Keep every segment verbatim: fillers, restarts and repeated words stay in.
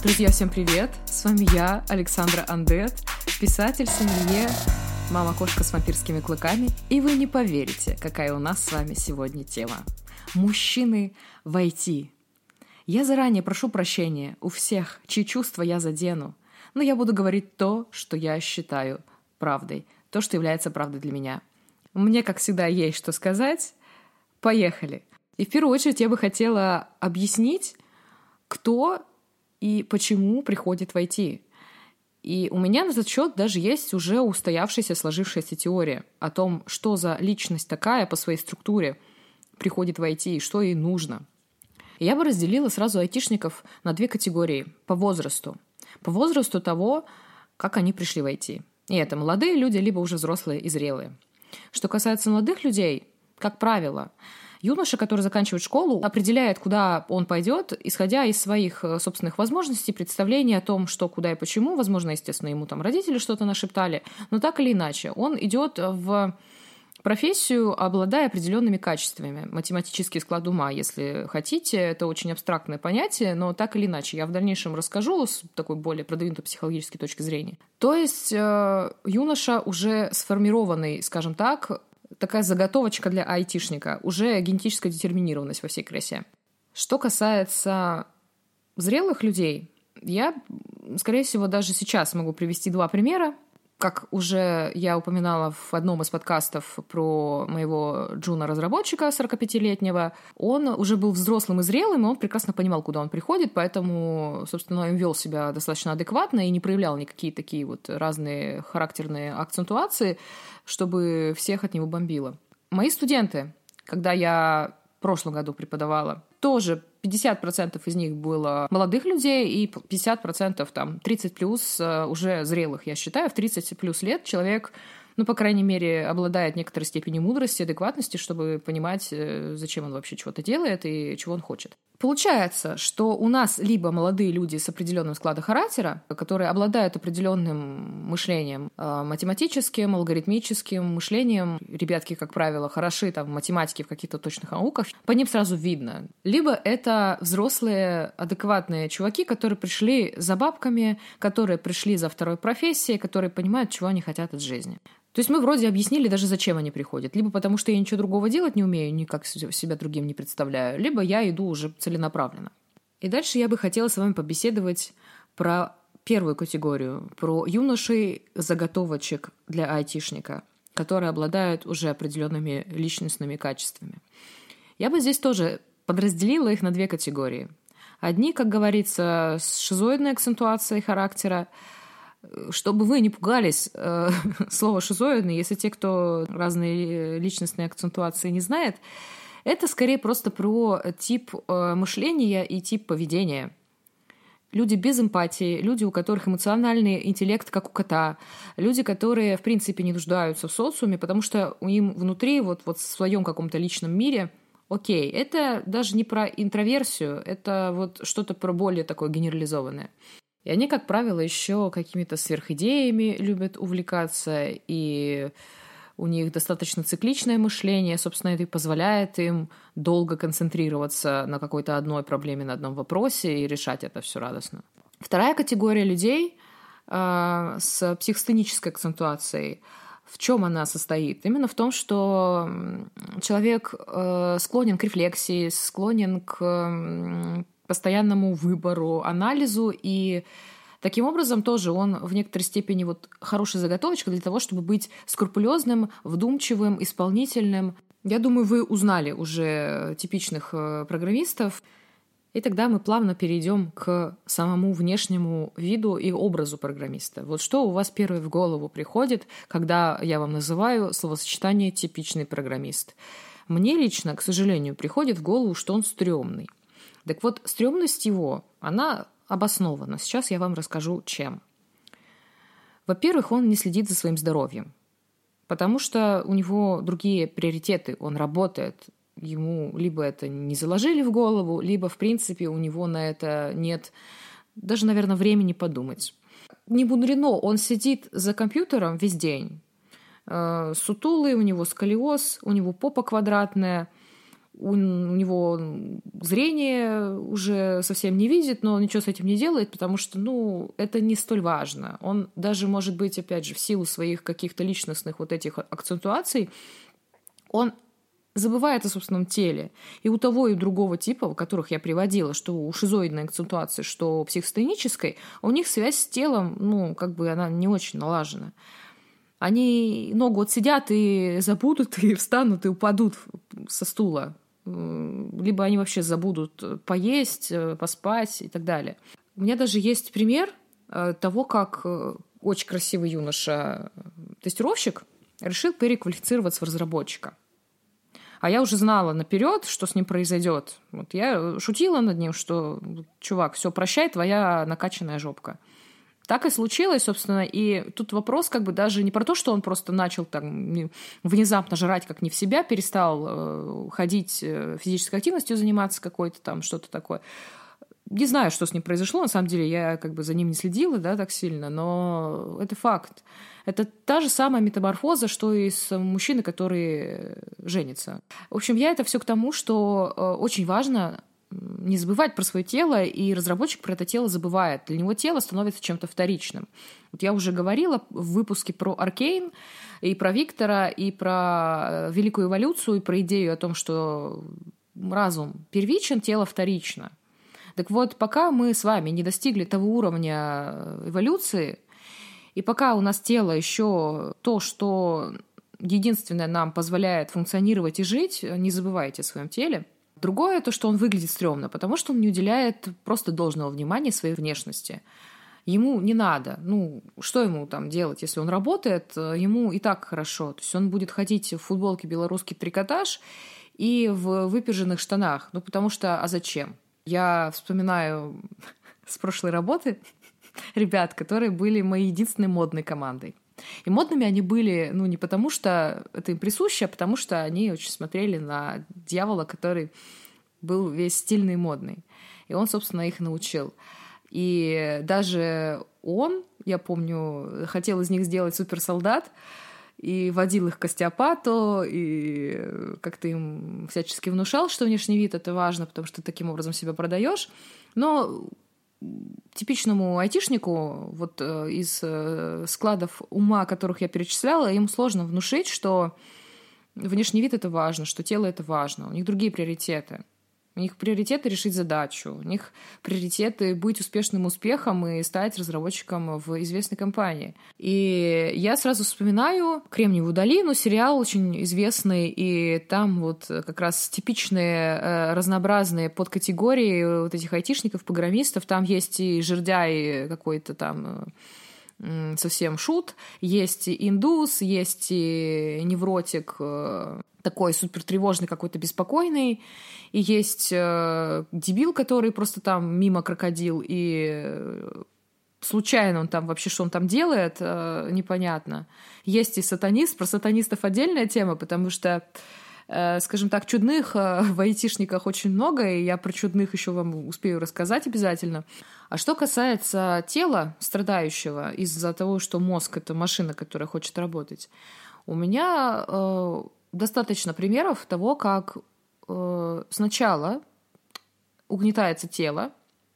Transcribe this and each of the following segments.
Друзья, всем привет! С вами я, Александра Андет, писатель, сомелье, мама-кошка с вампирскими клыками. И вы не поверите, какая у нас с вами сегодня тема. Мужчины в ай ти. Я заранее прошу прощения у всех, чьи чувства я задену, но я буду говорить то, что я считаю правдой, то, что является правдой для меня. Мне, как всегда, есть что сказать. Поехали! И в первую очередь я бы хотела объяснить, кто и почему приходит в ай ти. И у меня на этот счет даже есть уже устоявшаяся, сложившаяся теория о том, что за личность такая по своей структуре приходит в ай ти и что ей нужно. И я бы разделила сразу айтишников на две категории по возрасту. По возрасту того, как они пришли в ай ти. И это молодые люди, либо уже взрослые и зрелые. Что касается молодых людей, как правило, юноша, который заканчивает школу, определяет, куда он пойдет, исходя из своих собственных возможностей, представления о том, что, куда и почему. Возможно, естественно, ему там родители что-то нашептали, но так или иначе, он идет в профессию, обладая определенными качествами. Математический склад ума, если хотите, это очень абстрактное понятие, но так или иначе, я в дальнейшем расскажу с такой более продвинутой психологической точки зрения. То есть э, юноша уже сформированный, скажем так, такая заготовочка для айтишника, уже генетическая детерминированность во всей красе. Что касается зрелых людей, я, скорее всего, даже сейчас могу привести два примера. Как уже я упоминала в одном из подкастов про моего Джуна-разработчика сорокапятилетнего, он уже был взрослым и зрелым, и он прекрасно понимал, куда он приходит, поэтому, собственно, он вел себя достаточно адекватно и не проявлял никакие такие вот разные характерные акцентуации, чтобы всех от него бомбило. Мои студенты, когда я в прошлом году преподавала, тоже пятьдесят процентов из них было молодых людей и пятьдесят процентов, там, тридцать плюс уже зрелых, я считаю. В тридцать плюс лет человек, ну, по крайней мере, обладает некоторой степенью мудрости, адекватности, чтобы понимать, зачем он вообще чего-то делает и чего он хочет. Получается, что у нас либо молодые люди с определенным складом характера, которые обладают определенным мышлением, математическим, алгоритмическим мышлением. Ребятки, как правило, хороши там, в математике, в каких-то точных науках. По ним сразу видно. Либо это взрослые, адекватные чуваки, которые пришли за бабками, которые пришли за второй профессией, которые понимают, чего они хотят от жизни. То есть мы вроде объяснили даже, зачем они приходят. Либо потому, что я ничего другого делать не умею, никак себя другим не представляю, либо я иду уже целенаправленно. И дальше я бы хотела с вами побеседовать про первую категорию, про юношей заготовочек для айтишника, которые обладают уже определенными личностными качествами. Я бы здесь тоже подразделила их на две категории. Одни, как говорится, с шизоидной акцентуацией характера. Чтобы вы не пугались э, слова «шизоидный», если те, кто разные личностные акцентуации не знает, это скорее просто про тип э, мышления и тип поведения. Люди без эмпатии, люди, у которых эмоциональный интеллект, как у кота, люди, которые, в принципе, не нуждаются в социуме, потому что у них внутри, вот, вот в своем каком-то личном мире, окей, это даже не про интроверсию, это вот что-то про более такое генерализованное. И они, как правило, еще какими-то сверхидеями любят увлекаться, и у них достаточно цикличное мышление, собственно, это и позволяет им долго концентрироваться на какой-то одной проблеме, на одном вопросе и решать это все радостно. Вторая категория людей э, с психостенической акцентуацией, в чем она состоит? Именно в том, что человек э, склонен к рефлексии, склонен к э, постоянному выбору, анализу, и таким образом тоже он в некоторой степени вот хорошая заготовочка для того, чтобы быть скрупулезным, вдумчивым, исполнительным. Я думаю, вы узнали уже типичных программистов, и тогда мы плавно перейдем к самому внешнему виду и образу программиста. Вот что у вас первое в голову приходит, когда я вам называю словосочетание «типичный программист»? Мне лично, к сожалению, приходит в голову, что он стрёмный. Так вот, стрёмность его, она обоснована. Сейчас я вам расскажу, чем. Во-первых, он не следит за своим здоровьем, потому что у него другие приоритеты, он работает. Ему либо это не заложили в голову, либо, в принципе, у него на это нет даже, наверное, времени подумать. Не мудрено, он сидит за компьютером весь день. Сутулый, у него сколиоз, у него попа квадратная, у него зрение уже совсем не видит, но он ничего с этим не делает, потому что, ну, это не столь важно. Он даже, может быть, опять же, в силу своих каких-то личностных вот этих акцентуаций, он забывает о собственном теле. И у того, и у другого типа, которых я приводила, что у шизоидной акцентуации, что у психостенической, у них связь с телом, ну, как бы она не очень налажена. Они ногу отсидят и забудут, и встанут, и упадут со стула. Либо они вообще забудут поесть, поспать и так далее. У меня даже есть пример того, как очень красивый юноша-тестировщик решил переквалифицироваться в разработчика. А я уже знала наперед, что с ним произойдет. Вот я шутила над ним, что, чувак, все, прощай, твоя накачанная жопка. Так и случилось, собственно, и тут вопрос как бы даже не про то, что он просто начал там внезапно жрать как не в себя, перестал э, ходить физической активностью заниматься какой-то там, что-то такое. Не знаю, что с ним произошло, на самом деле я как бы за ним не следила, да, так сильно, но это факт. Это та же самая метаморфоза, что и с мужчиной, который женится. В общем, я это все к тому, что э, очень важно не забывать про свое тело, и разработчик про это тело забывает. Для него тело становится чем-то вторичным. Вот я уже говорила в выпуске про Аркейн, и про Виктора, и про великую эволюцию, и про идею о том, что разум первичен, тело вторично. Так вот, пока мы с вами не достигли того уровня эволюции, и пока у нас тело еще то, что единственное нам позволяет функционировать и жить, не забывайте о своем теле. Другое то, что он выглядит стрёмно, потому что он не уделяет просто должного внимания своей внешности. Ему не надо. Ну, что ему там делать, если он работает? Ему и так хорошо. То есть он будет ходить в футболке белорусский трикотаж и в выперженных штанах. Ну, потому что, а зачем? Я вспоминаю с прошлой работы ребят, которые были моей единственной модной командой. И модными они были, ну, не потому что это им присуще, а потому что они очень смотрели на дьявола, который был весь стильный и модный. И он, собственно, их научил. И даже он, я помню, хотел из них сделать суперсолдат, и водил их к остеопату, и как-то им всячески внушал, что внешний вид — это важно, потому что ты таким образом себя продаешь. Но типичному айтишнику вот из складов ума, которых я перечисляла, ему сложно внушить, что внешний вид — это важно, что тело — это важно. У них другие приоритеты. У них приоритеты решить задачу. У них приоритеты быть успешным успехом и стать разработчиком в известной компании. И я сразу вспоминаю «Кремниевую долину», сериал очень известный, и там вот как раз типичные разнообразные подкатегории вот этих айтишников, программистов. Там есть и жердяй какой-то там совсем шут, есть и индус, есть и невротик такой супертревожный, какой-то беспокойный, и есть э, дебил, который просто там мимо крокодил, и случайно он там вообще, что он там делает, э, непонятно. Есть и сатанист, про сатанистов отдельная тема, потому что, э, скажем так, чудных э, в айтишниках очень много, и я про чудных еще вам успею рассказать обязательно. А что касается тела страдающего из-за того, что мозг — это машина, которая хочет работать, у меня э, достаточно примеров того, как э, сначала угнетается тело,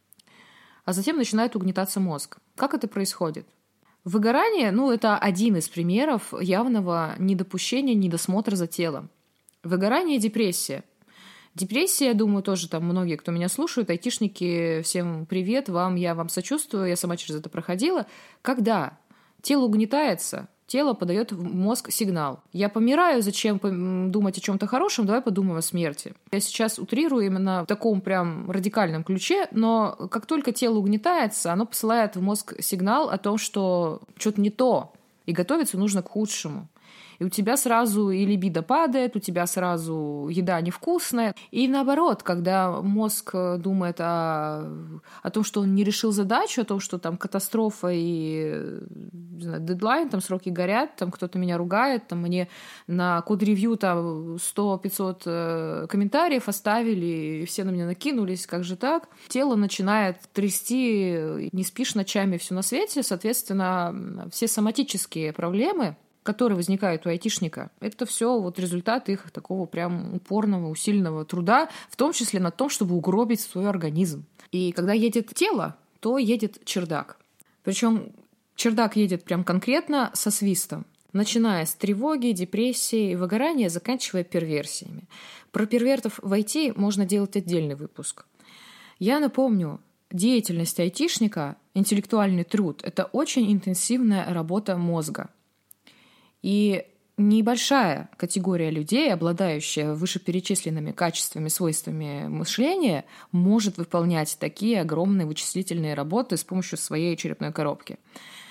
а затем начинает угнетаться мозг. Как это происходит? Выгорание, ну, это один из примеров явного недопущения, недосмотра за телом. Выгорание и депрессия. Депрессия, я думаю, тоже там многие, кто меня слушают, айтишники, всем привет, вам, я вам сочувствую, я сама через это проходила. Когда тело угнетается, тело подает в мозг сигнал. Я помираю, зачем думать о чем-то хорошем, давай подумаем о смерти. Я сейчас утрирую именно в таком прям радикальном ключе, но как только тело угнетается, оно посылает в мозг сигнал о том, что что-то не то, и готовиться нужно к худшему. И у тебя сразу и либидо падает, у тебя сразу еда невкусная. И наоборот, когда мозг думает о, о том, что он не решил задачу, о том, что там катастрофа и не знаю, дедлайн, там сроки горят, там кто-то меня ругает, там мне на код-ревью там сто-пятьсот комментариев оставили, и все на меня накинулись, как же так? Тело начинает трясти, не спишь ночами, все на свете, соответственно, все соматические проблемы, которые возникают у айтишника, это все вот результат их такого прям упорного, усиленного труда, в том числе на том, чтобы угробить свой организм. И когда едет тело, то едет чердак. Причем чердак едет прям конкретно со свистом, начиная с тревоги, депрессии, выгорания, заканчивая перверсиями. Про первертов в ай ти можно делать отдельный выпуск. Я напомню, деятельность айтишника, интеллектуальный труд — это очень интенсивная работа мозга. И небольшая категория людей, обладающая вышеперечисленными качествами, свойствами мышления, может выполнять такие огромные вычислительные работы с помощью своей черепной коробки.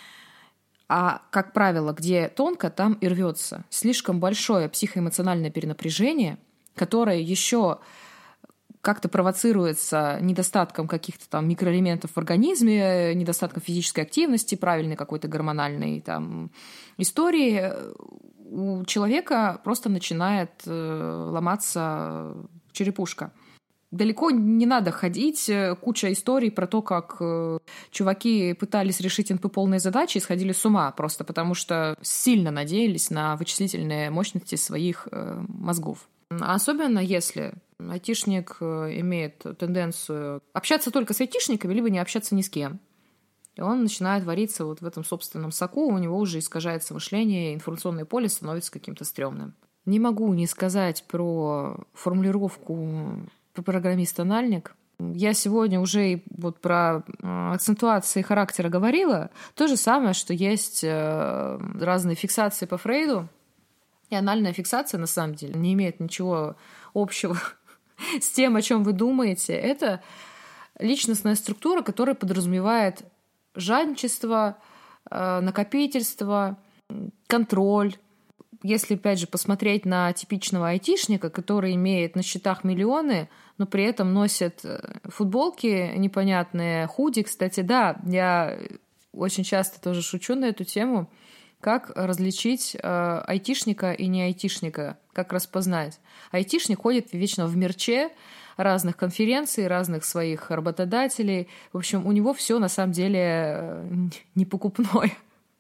А, как правило, где тонко, там и рвется. Слишком большое психоэмоциональное перенапряжение, которое еще как-то провоцируется недостатком каких-то там микроэлементов в организме, недостатком физической активности, правильной какой-то гормональной там истории, у человека просто начинает э, ломаться черепушка. Далеко не надо ходить. Куча историй про то, как э, чуваки пытались решить эн пэ полные задачи и сходили с ума просто потому, что сильно надеялись на вычислительные мощности своих э, мозгов. Особенно если айтишник имеет тенденцию общаться только с айтишниками, либо не общаться ни с кем. И он начинает вариться вот в этом собственном соку, у него уже искажается мышление, информационное поле становится каким-то стрёмным. Не могу не сказать про формулировку программист-анальник. Я сегодня уже вот про акцентуации характера говорила. То же самое, что есть разные фиксации по Фрейду. И анальная фиксация, на самом деле, не имеет ничего общего с тем, о чем вы думаете. Это личностная структура, которая подразумевает жадничество, накопительство, контроль. Если, опять же, посмотреть на типичного айтишника, который имеет на счетах миллионы, но при этом носит футболки непонятные, худи, кстати, да, я очень часто тоже шучу на эту тему, как различить э, айтишника и не айтишника, как распознать. Айтишник ходит вечно в мерче разных конференций, разных своих работодателей. В общем, у него все на самом деле непокупное.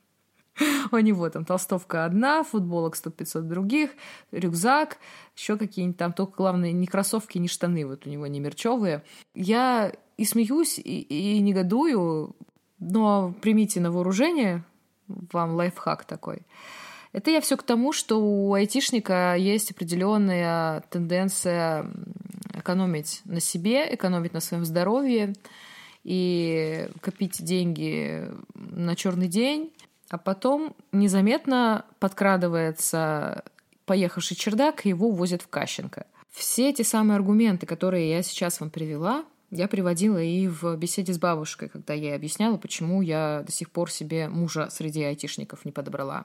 У него там толстовка одна, футболок сто пятьсот других, рюкзак, еще какие-нибудь там, только главное, ни кроссовки, ни штаны вот у него не мерчевые. Я и смеюсь, и, и негодую, но примите на вооружение, вам лайфхак такой. Это я все к тому, что у айтишника есть определенная тенденция экономить на себе, экономить на своем здоровье и копить деньги на черный день, а потом незаметно подкрадывается поехавший чердак, и его увозят в Кащенко. Все эти самые аргументы, которые я сейчас вам привела, я приводила и в беседе с бабушкой, когда я ей объясняла, почему я до сих пор себе мужа среди айтишников не подобрала.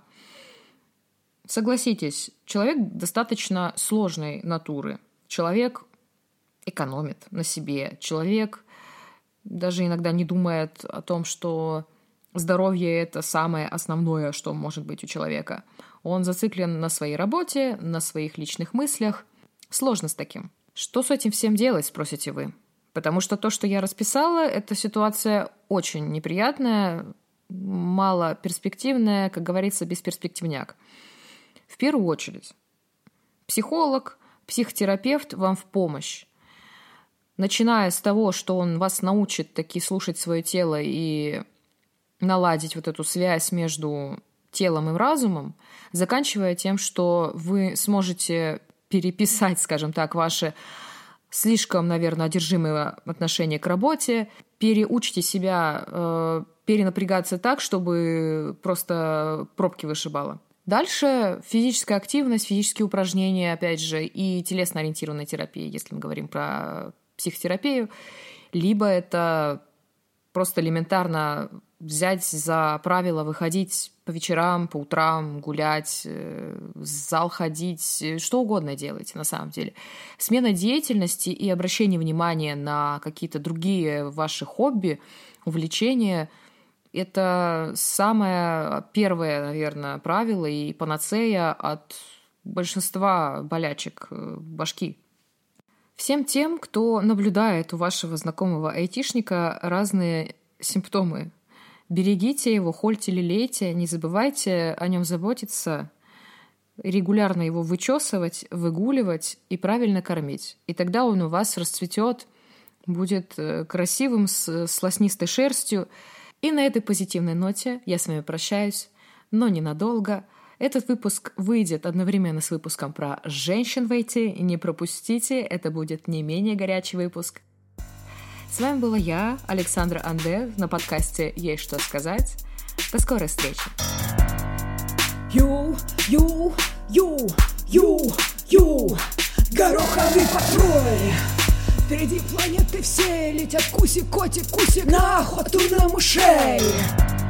Согласитесь, человек достаточно сложной натуры. Человек экономит на себе. Человек даже иногда не думает о том, что здоровье — это самое основное, что может быть у человека. Он зациклен на своей работе, на своих личных мыслях. Сложно с таким. Что с этим всем делать, спросите вы? Потому что то, что я расписала, это ситуация очень неприятная, малоперспективная, как говорится, бесперспективняк. В первую очередь, психолог, психотерапевт вам в помощь. Начиная с того, что он вас научит таки слушать свое тело и наладить вот эту связь между телом и разумом, заканчивая тем, что вы сможете переписать, скажем так, ваши слишком, наверное, одержимое отношение к работе, переучите себя э, перенапрягаться так, чтобы просто пробки вышибало. Дальше физическая активность, физические упражнения, опять же, и телесно-ориентированная терапия, если мы говорим про психотерапию, либо это просто элементарно взять за правило выходить по вечерам, по утрам, гулять, в зал ходить, что угодно делайте на самом деле. Смена деятельности и обращение внимания на какие-то другие ваши хобби, увлечения — это самое первое, наверное, правило и панацея от большинства болячек башки. Всем тем, кто наблюдает у вашего знакомого айтишника разные симптомы Берегите его, хольте, лелейте, не забывайте о нем заботиться, регулярно его вычесывать, выгуливать и правильно кормить. И тогда он у вас расцветет, будет красивым, с слоснистой шерстью. И на этой позитивной ноте я с вами прощаюсь, но ненадолго. Этот выпуск выйдет одновременно с выпуском про женщин в ай ти. Не пропустите, это будет не менее горячий выпуск. С вами была я, Александра Андет, на подкасте «Есть что сказать». До скорой встречи. Ю, ю, ю, ю, ю, гороховый патруль. Впереди планеты все летят кусик, котик, кусик на охоту на мышей.